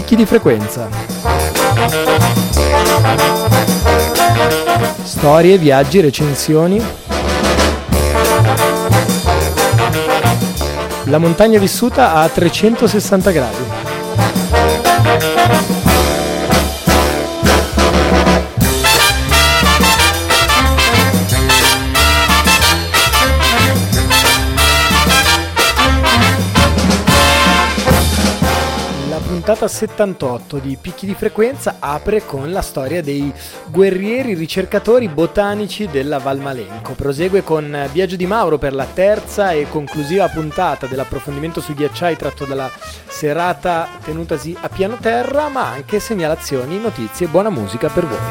Picchi di frequenza. Storie, viaggi, recensioni. La montagna vissuta a 360 gradi. Puntata 78 di Picchi di frequenza apre con la storia dei guerrieri ricercatori botanici della Val Malenco. Prosegue con Biagio Di Mauro per la terza e conclusiva puntata dell'approfondimento sui ghiacciai tratto dalla serata tenutasi a piano terra, ma anche segnalazioni, notizie e buona musica per voi.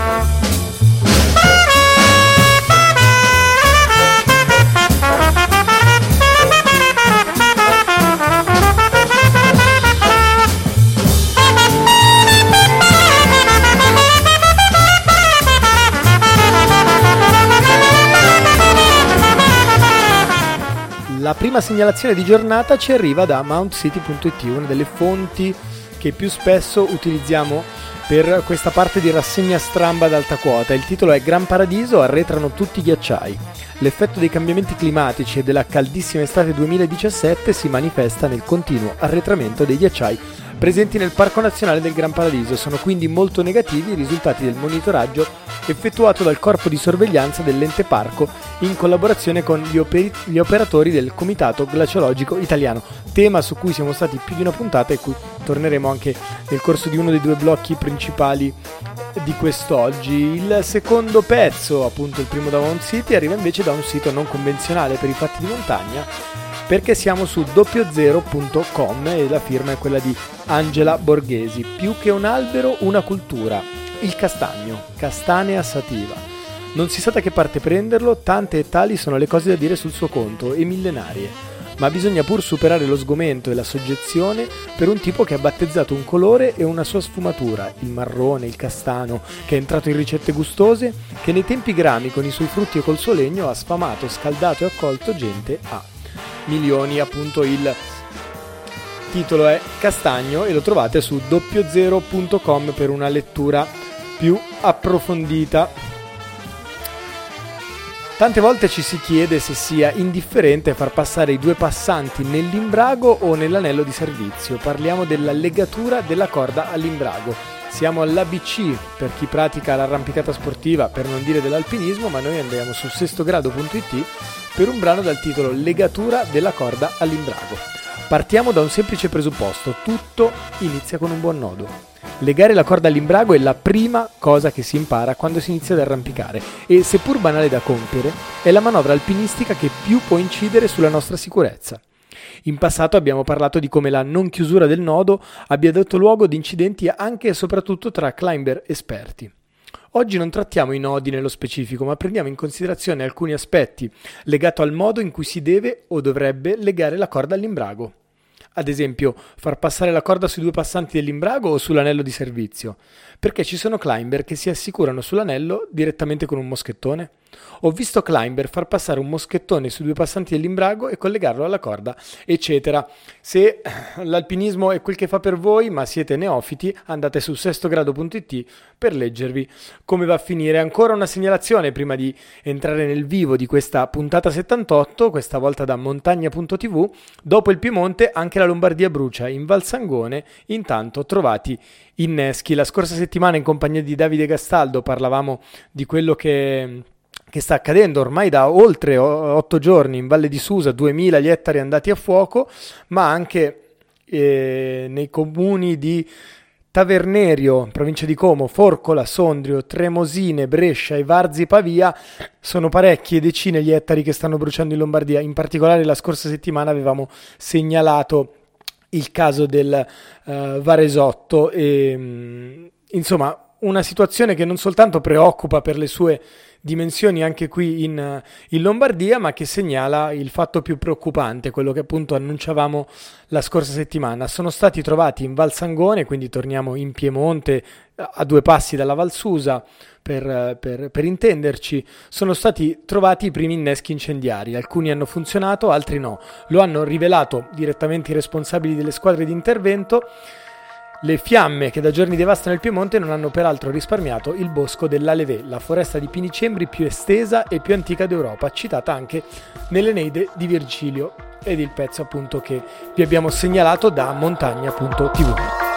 La prima segnalazione di giornata ci arriva da mountcity.it, una delle fonti che più spesso utilizziamo per questa parte di rassegna stramba ad alta quota. Il titolo è Gran Paradiso, arretrano tutti i ghiacciai. L'effetto dei cambiamenti climatici e della caldissima estate 2017 si manifesta nel continuo arretramento dei ghiacciai presenti nel Parco Nazionale del Gran Paradiso. Sono quindi molto negativi i risultati del monitoraggio effettuato dal corpo di sorveglianza dell'ente parco in collaborazione con gli operatori del Comitato Glaciologico Italiano, tema su cui siamo stati più di una puntata e cui torneremo anche nel corso di uno dei due blocchi principali di quest'oggi. Il secondo pezzo, appunto il primo da Mount City, arriva invece da un sito non convenzionale per i fatti di montagna, perché siamo su doppiozero.com e la firma è quella di Angela Borghesi. Più che un albero, una cultura. Il castagno, Castanea sativa. Non si sa da che parte prenderlo, tante e tali sono le cose da dire sul suo conto e millenarie. Ma bisogna pur superare lo sgomento e la soggezione per un tipo che ha battezzato un colore e una sua sfumatura, il marrone, il castano, che è entrato in ricette gustose, che nei tempi grami con i suoi frutti e col suo legno ha sfamato, scaldato e accolto gente a milioni. Appunto il titolo è Castagno e lo trovate su doppiozero.com per una lettura più approfondita. Tante volte ci si chiede se sia indifferente far passare i due passanti nell'imbrago o nell'anello di servizio. Parliamo della legatura della corda all'imbrago. Siamo all'ABC per chi pratica l'arrampicata sportiva, per non dire dell'alpinismo, ma noi andiamo su sestogrado.it per un brano dal titolo Legatura della corda all'imbrago. Partiamo da un semplice presupposto: tutto inizia con un buon nodo. Legare la corda all'imbrago è la prima cosa che si impara quando si inizia ad arrampicare e, seppur banale da compiere, è la manovra alpinistica che più può incidere sulla nostra sicurezza. In passato abbiamo parlato di come la non chiusura del nodo abbia dato luogo ad incidenti anche e soprattutto tra climber esperti. Oggi non trattiamo i nodi nello specifico, ma prendiamo in considerazione alcuni aspetti legati al modo in cui si deve o dovrebbe legare la corda all'imbrago. Ad esempio, far passare la corda sui due passanti dell'imbrago o sull'anello di servizio? Perché ci sono climber che si assicurano sull'anello direttamente con un moschettone. Ho visto climber far passare un moschettone sui due passanti dell'imbrago e collegarlo alla corda, eccetera. Se l'alpinismo è quel che fa per voi, ma siete neofiti, andate su sestogrado.it per leggervi come va a finire. Ancora una segnalazione prima di entrare nel vivo di questa puntata 78, questa volta da montagna.tv. Dopo il Piemonte anche la Lombardia brucia. In Val Sangone intanto trovati inneschi. La scorsa settimana in compagnia di Davide Gastaldo parlavamo di quello che sta accadendo ormai da oltre 8 giorni in Valle di Susa, 2000 gli ettari andati a fuoco, ma anche nei comuni di Tavernerio, provincia di Como, Forcola, Sondrio, Tremosine, Brescia e Varzi Pavia. Sono parecchie decine gli ettari che stanno bruciando in Lombardia. In particolare la scorsa settimana avevamo segnalato il caso del Varesotto e insomma una situazione che non soltanto preoccupa per le sue dimensioni anche qui in Lombardia, ma che segnala il fatto più preoccupante, quello che appunto annunciavamo la scorsa settimana. Sono stati trovati in Val Sangone, quindi torniamo in Piemonte, a 2 passi dalla Val Susa, per intenderci. Sono stati trovati i primi inneschi incendiari, alcuni hanno funzionato, altri no. Lo hanno rivelato direttamente i responsabili delle squadre di intervento. Le fiamme che da giorni devastano il Piemonte non hanno peraltro risparmiato il bosco dell'Alevè, la foresta di pinicembri più estesa e più antica d'Europa, citata anche nell'Eneide di Virgilio, ed il pezzo appunto che vi abbiamo segnalato da montagna.tv.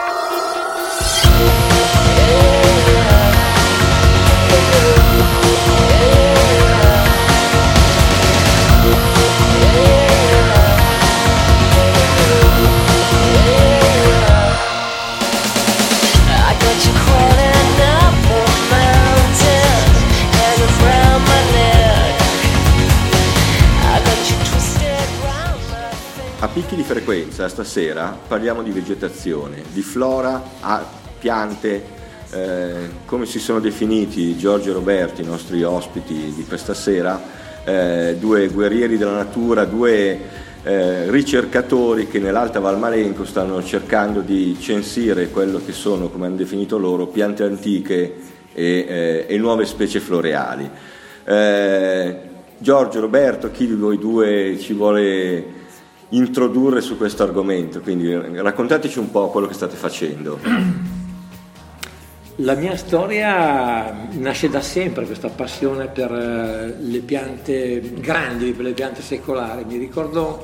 A picchi di frequenza stasera parliamo di vegetazione, di flora, piante, come si sono definiti Giorgio e Roberto, i nostri ospiti di questa sera, due guerrieri della natura, due ricercatori che nell'Alta Valmarenco stanno cercando di censire quello che sono, come hanno definito loro, piante antiche e nuove specie floreali. Giorgio, Roberto, chi di voi due ci vuole introdurre su questo argomento? Quindi raccontateci un po' quello che state facendo. La mia storia nasce da sempre, questa passione per le piante grandi, per le piante secolari. Mi ricordo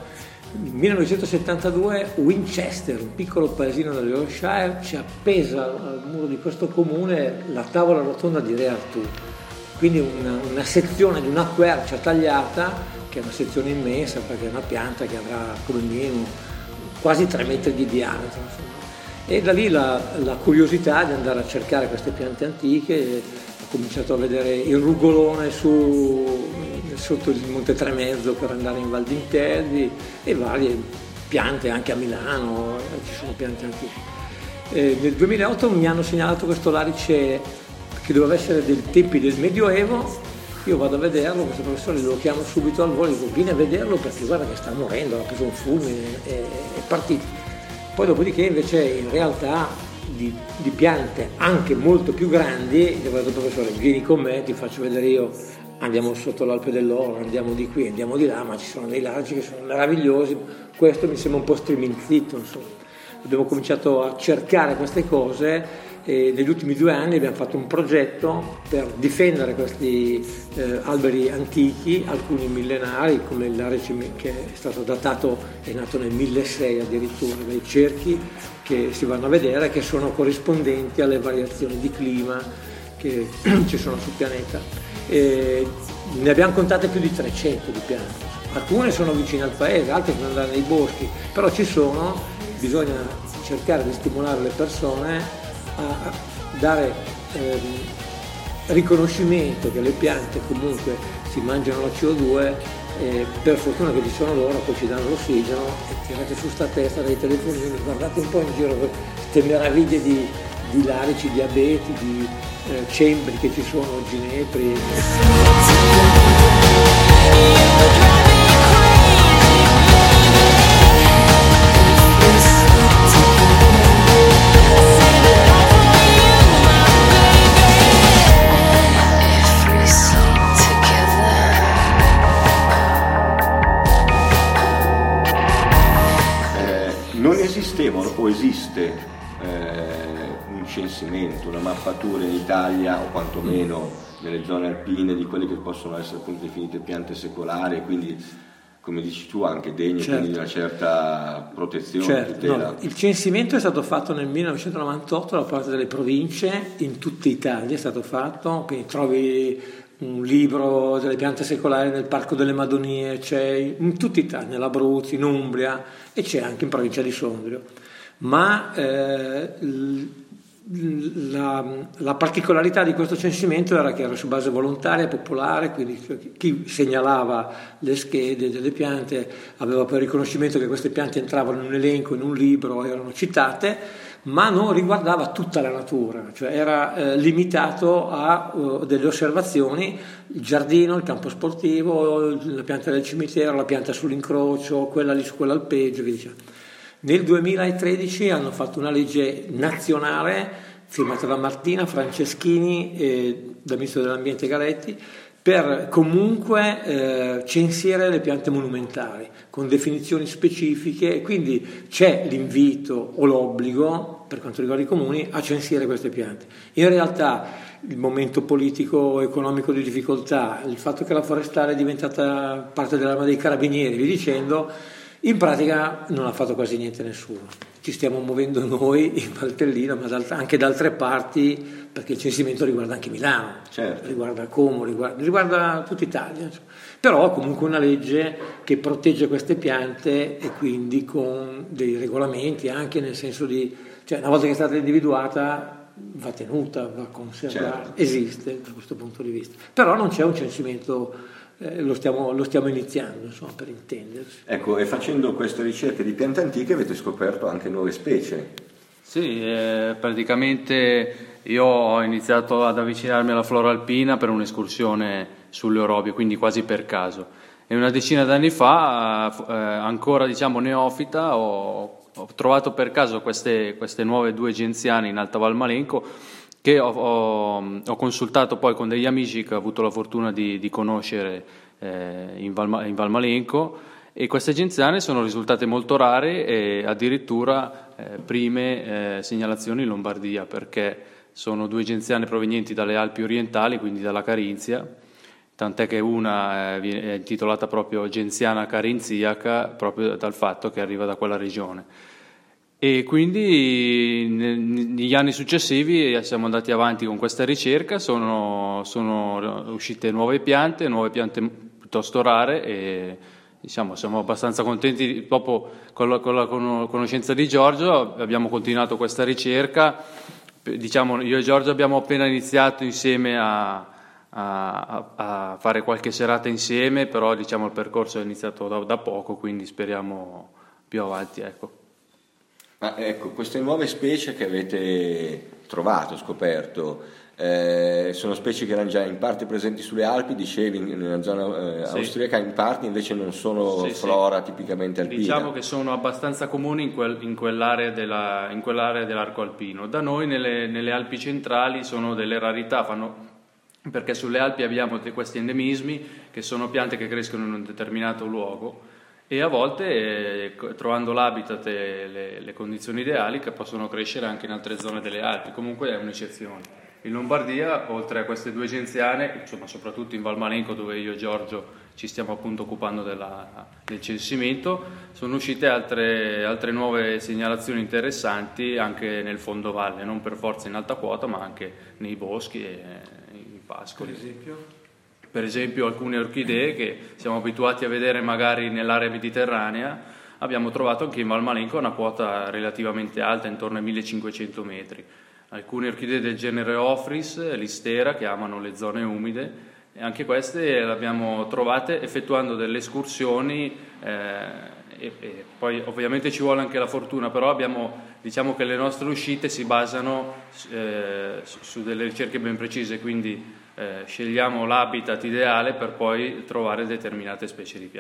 1972 Winchester, un piccolo paesino dello Yorkshire, ci appesa al muro di questo comune la tavola rotonda di Re Artù, quindi una sezione di una quercia tagliata, che è una sezione immensa perché è una pianta che avrà come minimo quasi 3 metri di diametro, insomma. E da lì la curiosità di andare a cercare queste piante antiche. Ho cominciato a vedere il rugolone sotto il Monte Tremezzo per andare in Val d'Interdi e varie piante anche a Milano, ci sono piante antiche. Nel 2008 mi hanno segnalato questo larice che doveva essere dei tempi del Medioevo. Io vado a vederlo, questo professore lo chiamo subito al volo, dico vieni a vederlo perché guarda che sta morendo, ha preso un fulmine, è partito. Poi dopodiché invece in realtà di piante anche molto più grandi, gli ho detto professore vieni con me, ti faccio vedere io, andiamo sotto l'Alpe dell'Oro, andiamo di qui, andiamo di là, ma ci sono dei larici che sono meravigliosi, questo mi sembra un po' striminzito, insomma. Abbiamo cominciato a cercare queste cose. E negli ultimi 2 anni abbiamo fatto un progetto per difendere questi alberi antichi, alcuni millenari, come il larice che è stato datato, è nato nel 1600 addirittura, dai cerchi che si vanno a vedere che sono corrispondenti alle variazioni di clima che ci sono sul pianeta. Ne abbiamo contate più di 300 di piante, alcune sono vicine al paese, altre sono andate nei boschi, però ci sono, bisogna cercare di stimolare le persone a dare riconoscimento che le piante comunque si mangiano la CO2 e per fortuna che ci sono loro, poi ci danno l'ossigeno e tirate su sta testa dai telefonini, guardate un po' in giro queste meraviglie di larici, di abeti, di cembri che ci sono, ginepri. Non esisteva o esiste un censimento, una mappatura in Italia o quantomeno nelle zone alpine di quelle che possono essere appunto definite piante secolari, quindi come dici tu anche degne, certo, quindi di una certa protezione, certo, tutela. No, il censimento è stato fatto nel 1998 da parte delle province, in tutta Italia è stato fatto, quindi trovi un libro delle piante secolari nel Parco delle Madonie, c'è in tutta Italia, nell'Abruzzo, in Umbria e c'è anche in provincia di Sondrio. Ma la particolarità di questo censimento era che era su base volontaria, popolare, quindi chi segnalava le schede delle piante aveva poi il riconoscimento che queste piante entravano in un elenco, in un libro, erano citate, ma non riguardava tutta la natura, cioè era limitato a delle osservazioni, il giardino, il campo sportivo, la pianta del cimitero, la pianta sull'incrocio, quella lì su quell'alpeggio, via dicendo. Nel 2013 hanno fatto una legge nazionale firmata da Martina Franceschini e dal Ministro dell'Ambiente Galetti per comunque censire le piante monumentali con definizioni specifiche, e quindi c'è l'invito o l'obbligo per quanto riguarda i comuni, a censire queste piante. In realtà il momento politico, economico di difficoltà, il fatto che la forestale è diventata parte dell'arma dei carabinieri, vi dicendo, in pratica non ha fatto quasi niente nessuno. Ci stiamo muovendo noi in Valtellina, ma anche da altre parti, perché il censimento riguarda anche Milano, certo, riguarda Como, riguarda tutta Italia. Però comunque una legge che protegge queste piante e quindi con dei regolamenti, anche nel senso di, cioè una volta che è stata individuata va tenuta, va conservata, certo, esiste da questo punto di vista. Però non c'è un censimento. Lo stiamo iniziando, insomma, per intendersi. Ecco, e facendo queste ricerche di piante antiche avete scoperto anche nuove specie. Sì, praticamente io ho iniziato ad avvicinarmi alla flora alpina per un'escursione sulle Orobie, quindi quasi per caso. E una decina d'anni fa, ancora diciamo neofita, ho trovato per caso queste nuove 2 genziane in Alta Valmalenco, che ho consultato poi con degli amici che ho avuto la fortuna di conoscere in Valmalenco, e queste genziane sono risultate molto rare e addirittura prime segnalazioni in Lombardia, perché sono 2 genziane provenienti dalle Alpi orientali, quindi dalla Carinzia, tant'è che una è intitolata proprio genziana carinziaca proprio dal fatto che arriva da quella regione. E quindi negli anni successivi siamo andati avanti con questa ricerca, sono uscite nuove piante piuttosto rare, e diciamo siamo abbastanza contenti. Dopo con la conoscenza di Giorgio abbiamo continuato questa ricerca. Diciamo, io e Giorgio abbiamo appena iniziato insieme a fare qualche serata insieme, però diciamo il percorso è iniziato da poco, quindi speriamo più avanti, ecco. Ma ecco, queste nuove specie che avete trovato, scoperto, sono specie che erano già in parte presenti sulle Alpi, dicevi, nella zona austriaca, in parte invece non sono flora tipicamente alpina. Diciamo che sono abbastanza comuni in quell'area dell'arco alpino. Da noi nelle Alpi centrali sono delle rarità, perché sulle Alpi abbiamo questi endemismi che sono piante che crescono in un determinato luogo, e a volte trovando l'habitat e le condizioni ideali che possono crescere anche in altre zone delle Alpi. Comunque è un'eccezione. In Lombardia, oltre a queste 2 genziane, insomma soprattutto in Valmalenco, dove io e Giorgio ci stiamo appunto occupando del censimento, sono uscite altre nuove segnalazioni interessanti anche nel fondovalle, non per forza in alta quota, ma anche nei boschi e in pascoli. Per esempio alcune orchidee che siamo abituati a vedere magari nell'area mediterranea, abbiamo trovato anche in Valmalenco una quota relativamente alta, intorno ai 1500 metri. Alcune orchidee del genere Ophrys, l'Istera, che amano le zone umide, e anche queste le abbiamo trovate effettuando delle escursioni, e poi ovviamente ci vuole anche la fortuna, però diciamo che le nostre uscite si basano su delle ricerche ben precise, quindi scegliamo l'habitat ideale per poi trovare determinate specie di piante.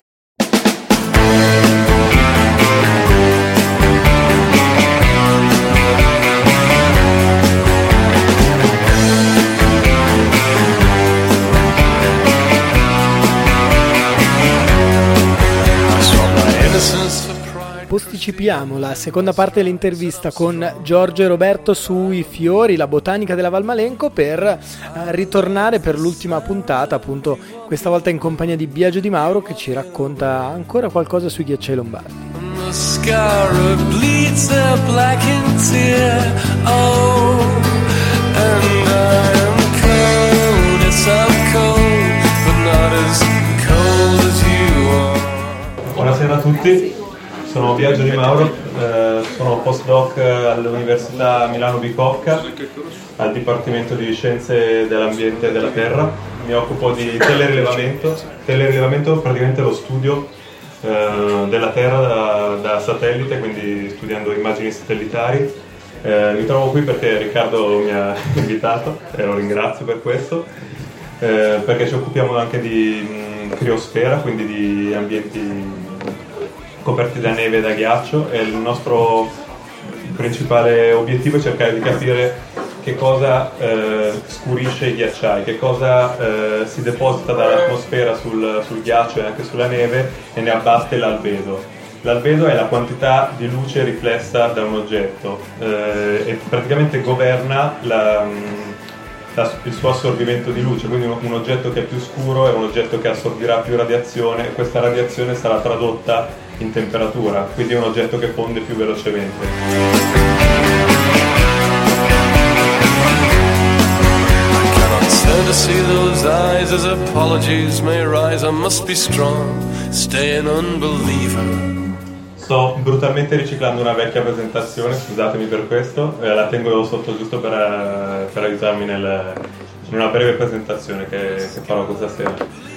Posticipiamo la seconda parte dell'intervista con Giorgio e Roberto sui fiori, la botanica della Valmalenco, per ritornare per l'ultima puntata, appunto questa volta in compagnia di Biagio Di Mauro, che ci racconta ancora qualcosa sui ghiacciai lombardi. Buonasera a tutti. Sono Biagio Di Mauro, sono postdoc all'Università Milano Bicocca, al Dipartimento di Scienze dell'Ambiente e della Terra. Mi occupo di telerilevamento. Telerilevamento è praticamente lo studio della Terra da satellite, quindi studiando immagini satellitari. Mi trovo qui perché Riccardo mi ha invitato e lo ringrazio per questo, perché ci occupiamo anche di criosfera, quindi di ambienti coperti da neve e da ghiaccio, e il nostro principale obiettivo è cercare di capire che cosa scurisce i ghiacciai, che cosa si deposita dall'atmosfera sul ghiaccio e anche sulla neve e ne abbatte l'albedo. L'albedo è la quantità di luce riflessa da un oggetto e praticamente governa il suo assorbimento di luce, quindi un oggetto che è più scuro è un oggetto che assorbirà più radiazione e questa radiazione sarà tradotta in temperatura, quindi è un oggetto che fonde più velocemente. To see those eyes as apologies may rise, I must be strong, stay an unbeliever. Sto brutalmente riciclando una vecchia presentazione, scusatemi per questo, la tengo sotto giusto per aiutarmi in una breve presentazione che farò questa sera.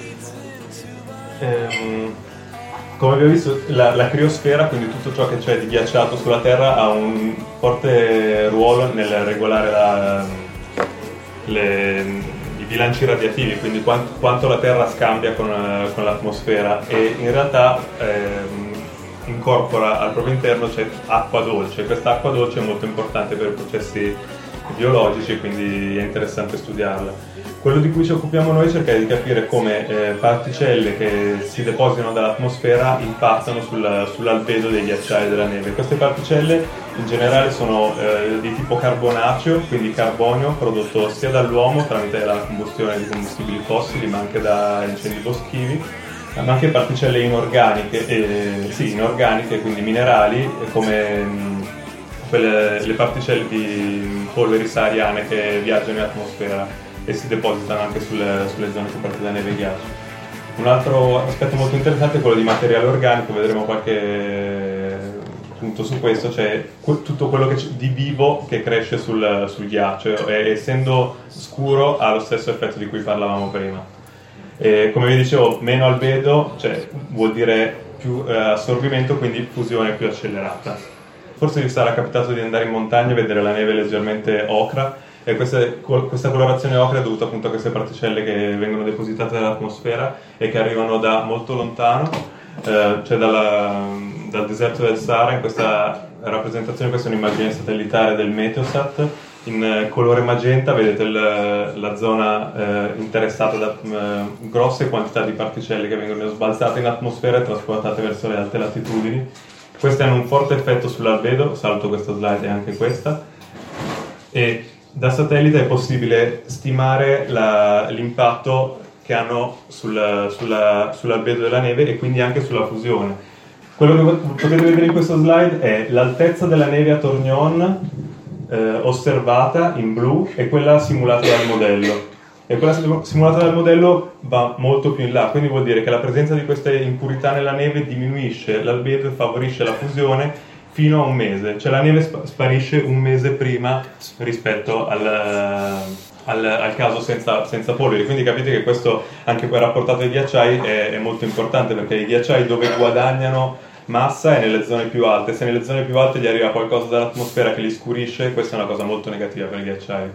Come abbiamo visto, la criosfera, quindi tutto ciò che c'è di ghiacciato sulla Terra, ha un forte ruolo nel regolare i bilanci radiativi, quindi quanto la Terra scambia con l'atmosfera, e in realtà incorpora al proprio interno c'è acqua dolce. Questa acqua dolce è molto importante per i processi biologici, quindi è interessante studiarla. Quello di cui ci occupiamo noi è cercare di capire come particelle che si depositano dall'atmosfera impattano sull'albedo dei ghiacciai della neve. Queste particelle in generale sono di tipo carbonaceo, quindi carbonio prodotto sia dall'uomo tramite la combustione di combustibili fossili, ma anche da incendi boschivi, ma anche particelle inorganiche, quindi minerali, come le particelle di polveri sahariane che viaggiano in atmosfera e si depositano anche sulle zone coperte da neve e ghiaccio. Un altro aspetto molto interessante è quello di materiale organico, vedremo qualche punto su questo, cioè tutto quello di vivo che cresce sul ghiaccio, e essendo scuro ha lo stesso effetto di cui parlavamo prima. E come vi dicevo, meno albedo, cioè vuol dire più assorbimento, quindi fusione più accelerata. Forse vi sarà capitato di andare in montagna e vedere la neve leggermente ocra, e questa colorazione ocra è dovuta appunto a queste particelle che vengono depositate dall'atmosfera e che arrivano da molto lontano, cioè dal deserto del Sahara. In questa rappresentazione, questa è un'immagine satellitare del Meteosat, in colore magenta vedete la zona interessata da grosse quantità di particelle che vengono sbalzate in atmosfera e trasportate verso le alte latitudini. Queste hanno un forte effetto sull'albedo, salto questa slide e anche questa, e da satellite è possibile stimare l'impatto che hanno sull'albedo della neve e quindi anche sulla fusione. Quello che potete vedere in questo slide è l'altezza della neve a Tornion osservata in blu e quella simulata dal modello. E quella simulata dal modello va molto più in là, quindi vuol dire che la presenza di queste impurità nella neve diminuisce l'albedo e favorisce la fusione fino a un mese, cioè la neve sparisce un mese prima rispetto al caso senza polveri. Quindi capite che questo, anche poi rapportato ai ghiacciai, è molto importante, perché i ghiacciai dove guadagnano massa è nelle zone più alte. Se nelle zone più alte gli arriva qualcosa dall'atmosfera che li scurisce, questa è una cosa molto negativa per i ghiacciai.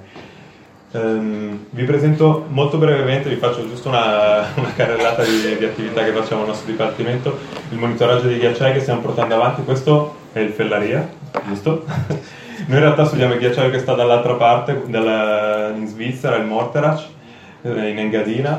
Vi presento molto brevemente, vi faccio giusto una carrellata di attività che facciamo al nostro dipartimento. Il monitoraggio dei ghiacciai che stiamo portando avanti, questo è il Fellaria, giusto? Noi in realtà studiamo il ghiacciaio che sta dall'altra parte, in Svizzera, il Morteratsch, in Engadina.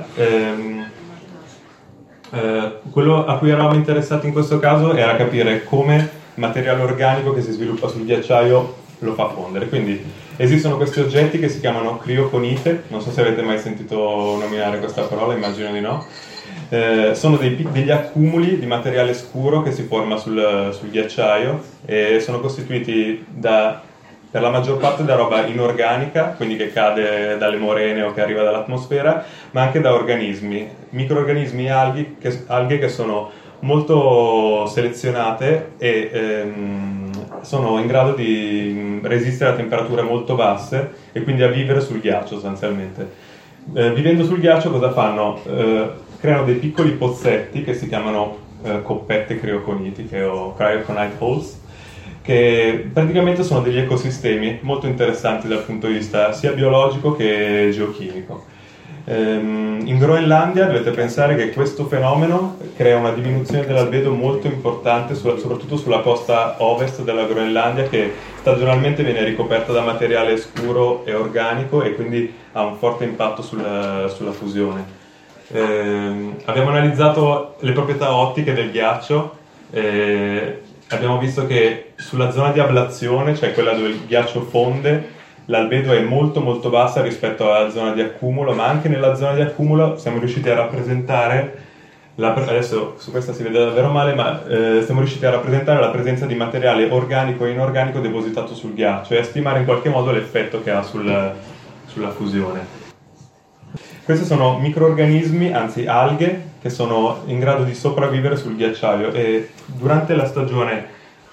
Quello a cui eravamo interessati in questo caso era capire come materiale organico che si sviluppa sul ghiacciaio lo fa fondere. Quindi esistono questi oggetti che si chiamano crioconite, non so se avete mai sentito nominare questa parola, immagino di no. Sono degli accumuli di materiale scuro che si forma sul ghiacciaio, e sono costituiti per la maggior parte da roba inorganica, quindi che cade dalle morene o che arriva dall'atmosfera, ma anche da organismi, microorganismi e alghe che sono molto selezionate e sono in grado di resistere a temperature molto basse e quindi a vivere sul ghiaccio sostanzialmente. Vivendo sul ghiaccio cosa fanno? Creano dei piccoli pozzetti che si chiamano coppette crioconitiche o cryoconite holes, che praticamente sono degli ecosistemi molto interessanti dal punto di vista sia biologico che geochimico. In Groenlandia dovete pensare che questo fenomeno crea una diminuzione dell'albedo molto importante, soprattutto sulla costa ovest della Groenlandia, che stagionalmente viene ricoperta da materiale scuro e organico e quindi ha un forte impatto sulla fusione. Abbiamo analizzato le proprietà ottiche del ghiaccio Abbiamo visto che sulla zona di ablazione, cioè quella dove il ghiaccio fonde, l'albedo è molto molto bassa rispetto alla zona di accumulo, ma anche nella zona di accumulo siamo riusciti a rappresentare, adesso su questa si vede davvero male, ma siamo riusciti a rappresentare la presenza di materiale organico e inorganico depositato sul ghiaccio e a stimare in qualche modo l'effetto che ha sulla fusione. Questi sono microrganismi, anzi alghe, che sono in grado di sopravvivere sul ghiacciaio e durante la stagione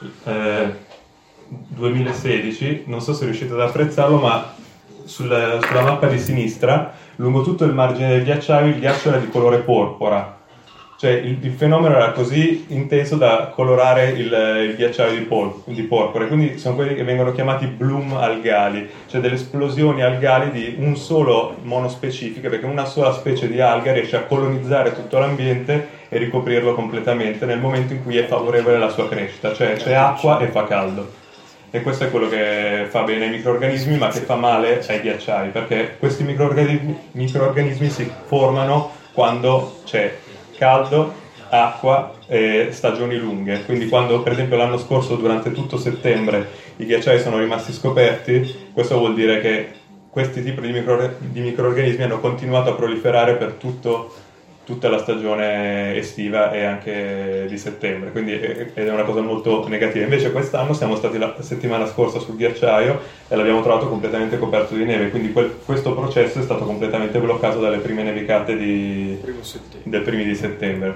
2016, non so se riuscite ad apprezzarlo, ma sulla mappa di sinistra, lungo tutto il margine del ghiacciaio, il ghiaccio era di colore porpora. Cioè il fenomeno era così intenso da colorare il ghiacciaio di porpora, quindi sono quelli che vengono chiamati bloom algali, cioè delle esplosioni algali di un solo monospecifico, perché una sola specie di alga riesce a colonizzare tutto l'ambiente e ricoprirlo completamente nel momento in cui è favorevole alla sua crescita, cioè c'è acqua e fa caldo. E questo è quello che fa bene ai microrganismi, ma che fa male ai ghiacciai, perché questi microrganismi si formano quando c'è caldo, acqua e stagioni lunghe. Quindi quando per esempio l'anno scorso durante tutto settembre i ghiacciai sono rimasti scoperti, questo vuol dire che questi tipi di microrganismi hanno continuato a proliferare per tutta la stagione estiva e anche di settembre, quindi ed è una cosa molto negativa. Invece quest'anno siamo stati la settimana scorsa sul ghiacciaio e l'abbiamo trovato completamente coperto di neve, quindi questo processo è stato completamente bloccato dalle prime nevicate dei primi di settembre.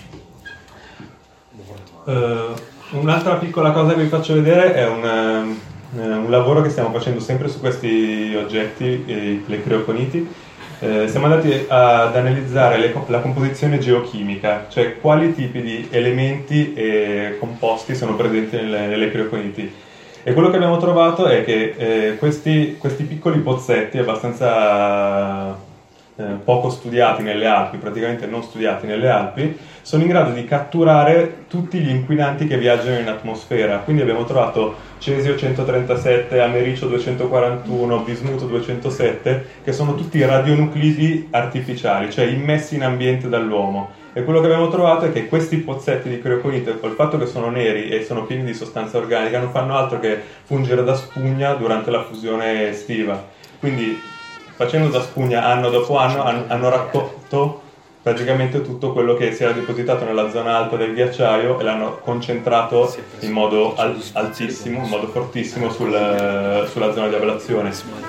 Un'altra piccola cosa che vi faccio vedere è un lavoro che stiamo facendo sempre su questi oggetti, le crioconiti. Siamo andati ad analizzare la composizione geochimica, cioè quali tipi di elementi e composti sono presenti nelle crioconiti. E quello che abbiamo trovato è che questi piccoli pozzetti abbastanza poco studiati nelle Alpi, praticamente non studiati nelle Alpi, sono in grado di catturare tutti gli inquinanti che viaggiano in atmosfera. Quindi abbiamo trovato cesio 137, americio 241, bismuto 207, che sono tutti radionuclidi artificiali, cioè immessi in ambiente dall'uomo. E quello che abbiamo trovato è che questi pozzetti di crioconite, col fatto che sono neri e sono pieni di sostanza organica, non fanno altro che fungere da spugna durante la fusione estiva. Quindi, facendo da spugna anno dopo anno, hanno raccolto praticamente tutto quello che si era depositato nella zona alta del ghiacciaio e l'hanno concentrato in modo altissimo, in modo fortissimo sulla zona di ablazione.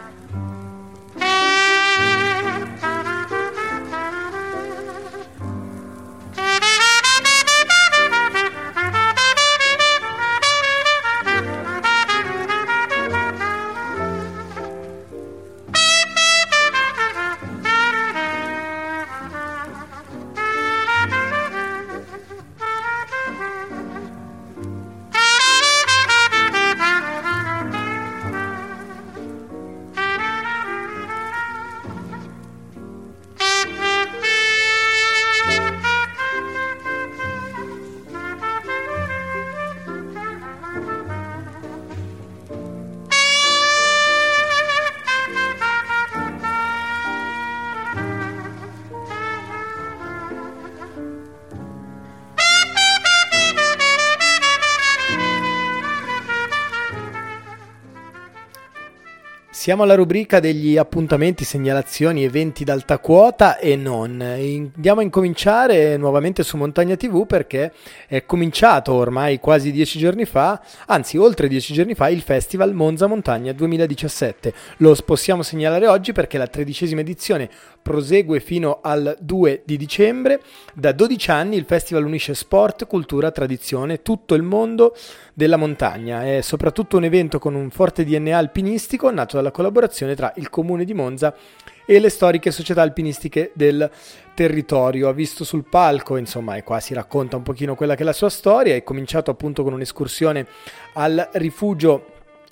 Siamo alla rubrica degli appuntamenti, segnalazioni, eventi d'alta quota e non. Andiamo a incominciare nuovamente su Montagna TV perché è cominciato ormai quasi 10 giorni fa, anzi oltre 10 giorni fa, il Festival Monza Montagna 2017. Lo possiamo segnalare oggi perché la 13ª edizione prosegue fino al 2 di dicembre. Da 12 anni il festival unisce sport, cultura, tradizione, tutto il mondo della montagna. È soprattutto un evento con un forte DNA alpinistico nato dalla collaborazione tra il comune di Monza e le storiche società alpinistiche del territorio. Ha visto sul palco, insomma, e qua si racconta un pochino quella che è la sua storia. È cominciato appunto con un'escursione al rifugio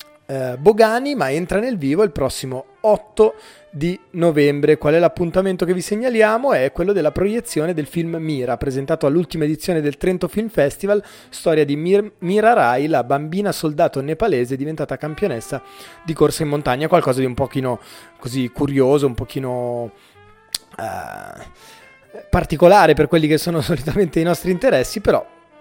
Bogani, ma entra nel vivo il prossimo 8 di novembre. Qual è l'appuntamento che vi segnaliamo? È quello della proiezione del film Mira, presentato all'ultima edizione del Trento Film Festival, storia di Mira Rai, la bambina soldato nepalese diventata campionessa di corsa in montagna. Qualcosa di un pochino così curioso, un pochino particolare per quelli che sono solitamente i nostri interessi, però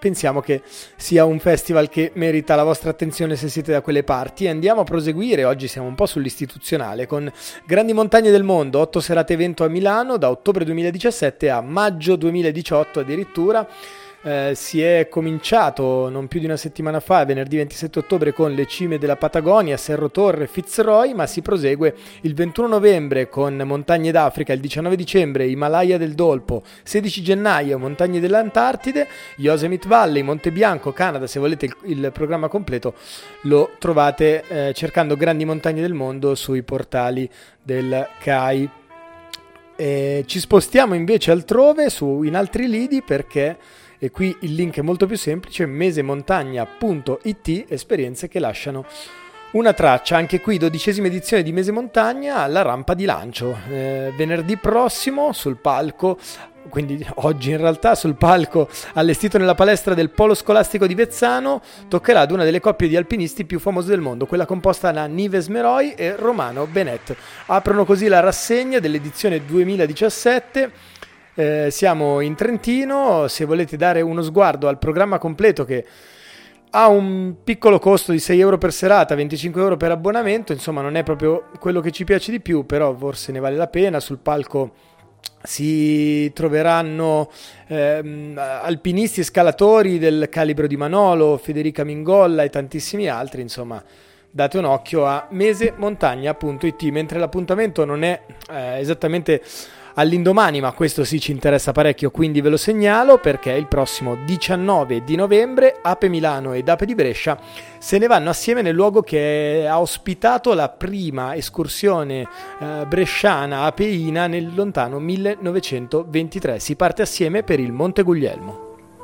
pensiamo che sia un festival che merita la vostra attenzione se siete da quelle parti. E andiamo a proseguire, oggi siamo un po' sull'istituzionale, con Grandi Montagne del Mondo, 8 serate evento a Milano da ottobre 2017 a maggio 2018 addirittura. Si è cominciato non più di una settimana fa, venerdì 27 ottobre, con le cime della Patagonia, Cerro Torre, Fitzroy, ma si prosegue il 21 novembre con Montagne d'Africa, il 19 dicembre Himalaya del Dolpo, 16 gennaio Montagne dell'Antartide, Yosemite Valley, Monte Bianco, Canada. Se volete il programma completo lo trovate cercando Grandi Montagne del Mondo sui portali del CAI. Ci spostiamo invece altrove, in altri lidi, perché e qui il link è molto più semplice: mesemontagna.it, esperienze che lasciano una traccia. Anche qui 12ª edizione di Mese Montagna alla rampa di lancio, venerdì prossimo sul palco, quindi oggi in realtà, sul palco allestito nella palestra del Polo Scolastico di Vezzano, toccherà ad una delle coppie di alpinisti più famose del mondo, quella composta da Nives Meroy e Romano Benet. Aprono così la rassegna dell'edizione 2017. Siamo in Trentino. Se volete dare uno sguardo al programma completo, che ha un piccolo costo di 6 euro per serata, 25 euro per abbonamento, insomma non è proprio quello che ci piace di più, però forse ne vale la pena. Sul palco si troveranno alpinisti e scalatori del calibro di Manolo, Federica Mingolla e tantissimi altri. Insomma, date un occhio a mesemontagna.it, mentre l'appuntamento non è esattamente all'indomani, ma questo sì ci interessa parecchio, quindi ve lo segnalo, perché il prossimo 19 di novembre Ape Milano ed Ape di Brescia se ne vanno assieme nel luogo che ha ospitato la prima escursione bresciana apeina nel lontano 1923. Si parte assieme per il Monte Guglielmo.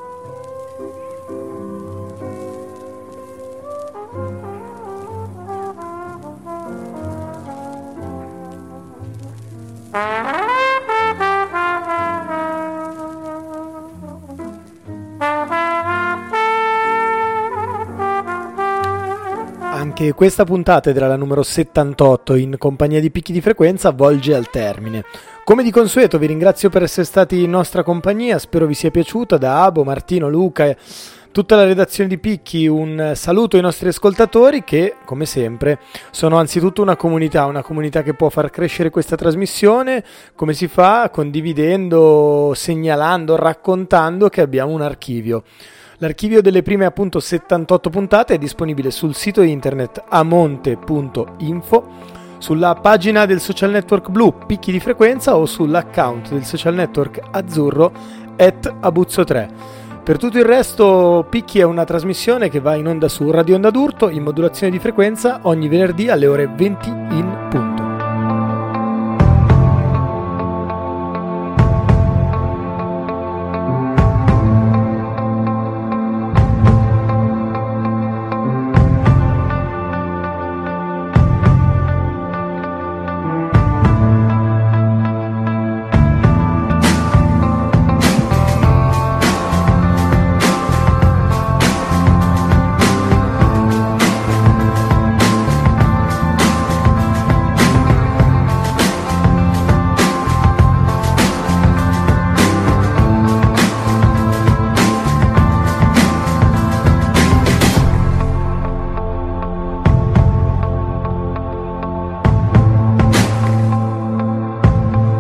Anche questa puntata, ed era la numero 78 in compagnia di Picchi di Frequenza, volge al termine. Come di consueto vi ringrazio per essere stati in nostra compagnia, spero vi sia piaciuta. Da Abo, Martino, Luca e tutta la redazione di Picchi un saluto ai nostri ascoltatori, che come sempre sono anzitutto una comunità che può far crescere questa trasmissione. Come si fa? Condividendo, segnalando, raccontando che abbiamo un archivio. L'archivio delle prime appunto 78 puntate è disponibile sul sito internet amonte.info, sulla pagina del social network blu Picchi di Frequenza o sull'account del social network azzurro @abuzzo3. Per tutto il resto, Picchi è una trasmissione che va in onda su Radio Onda d'Urto in modulazione di frequenza ogni venerdì alle ore 20 in punto.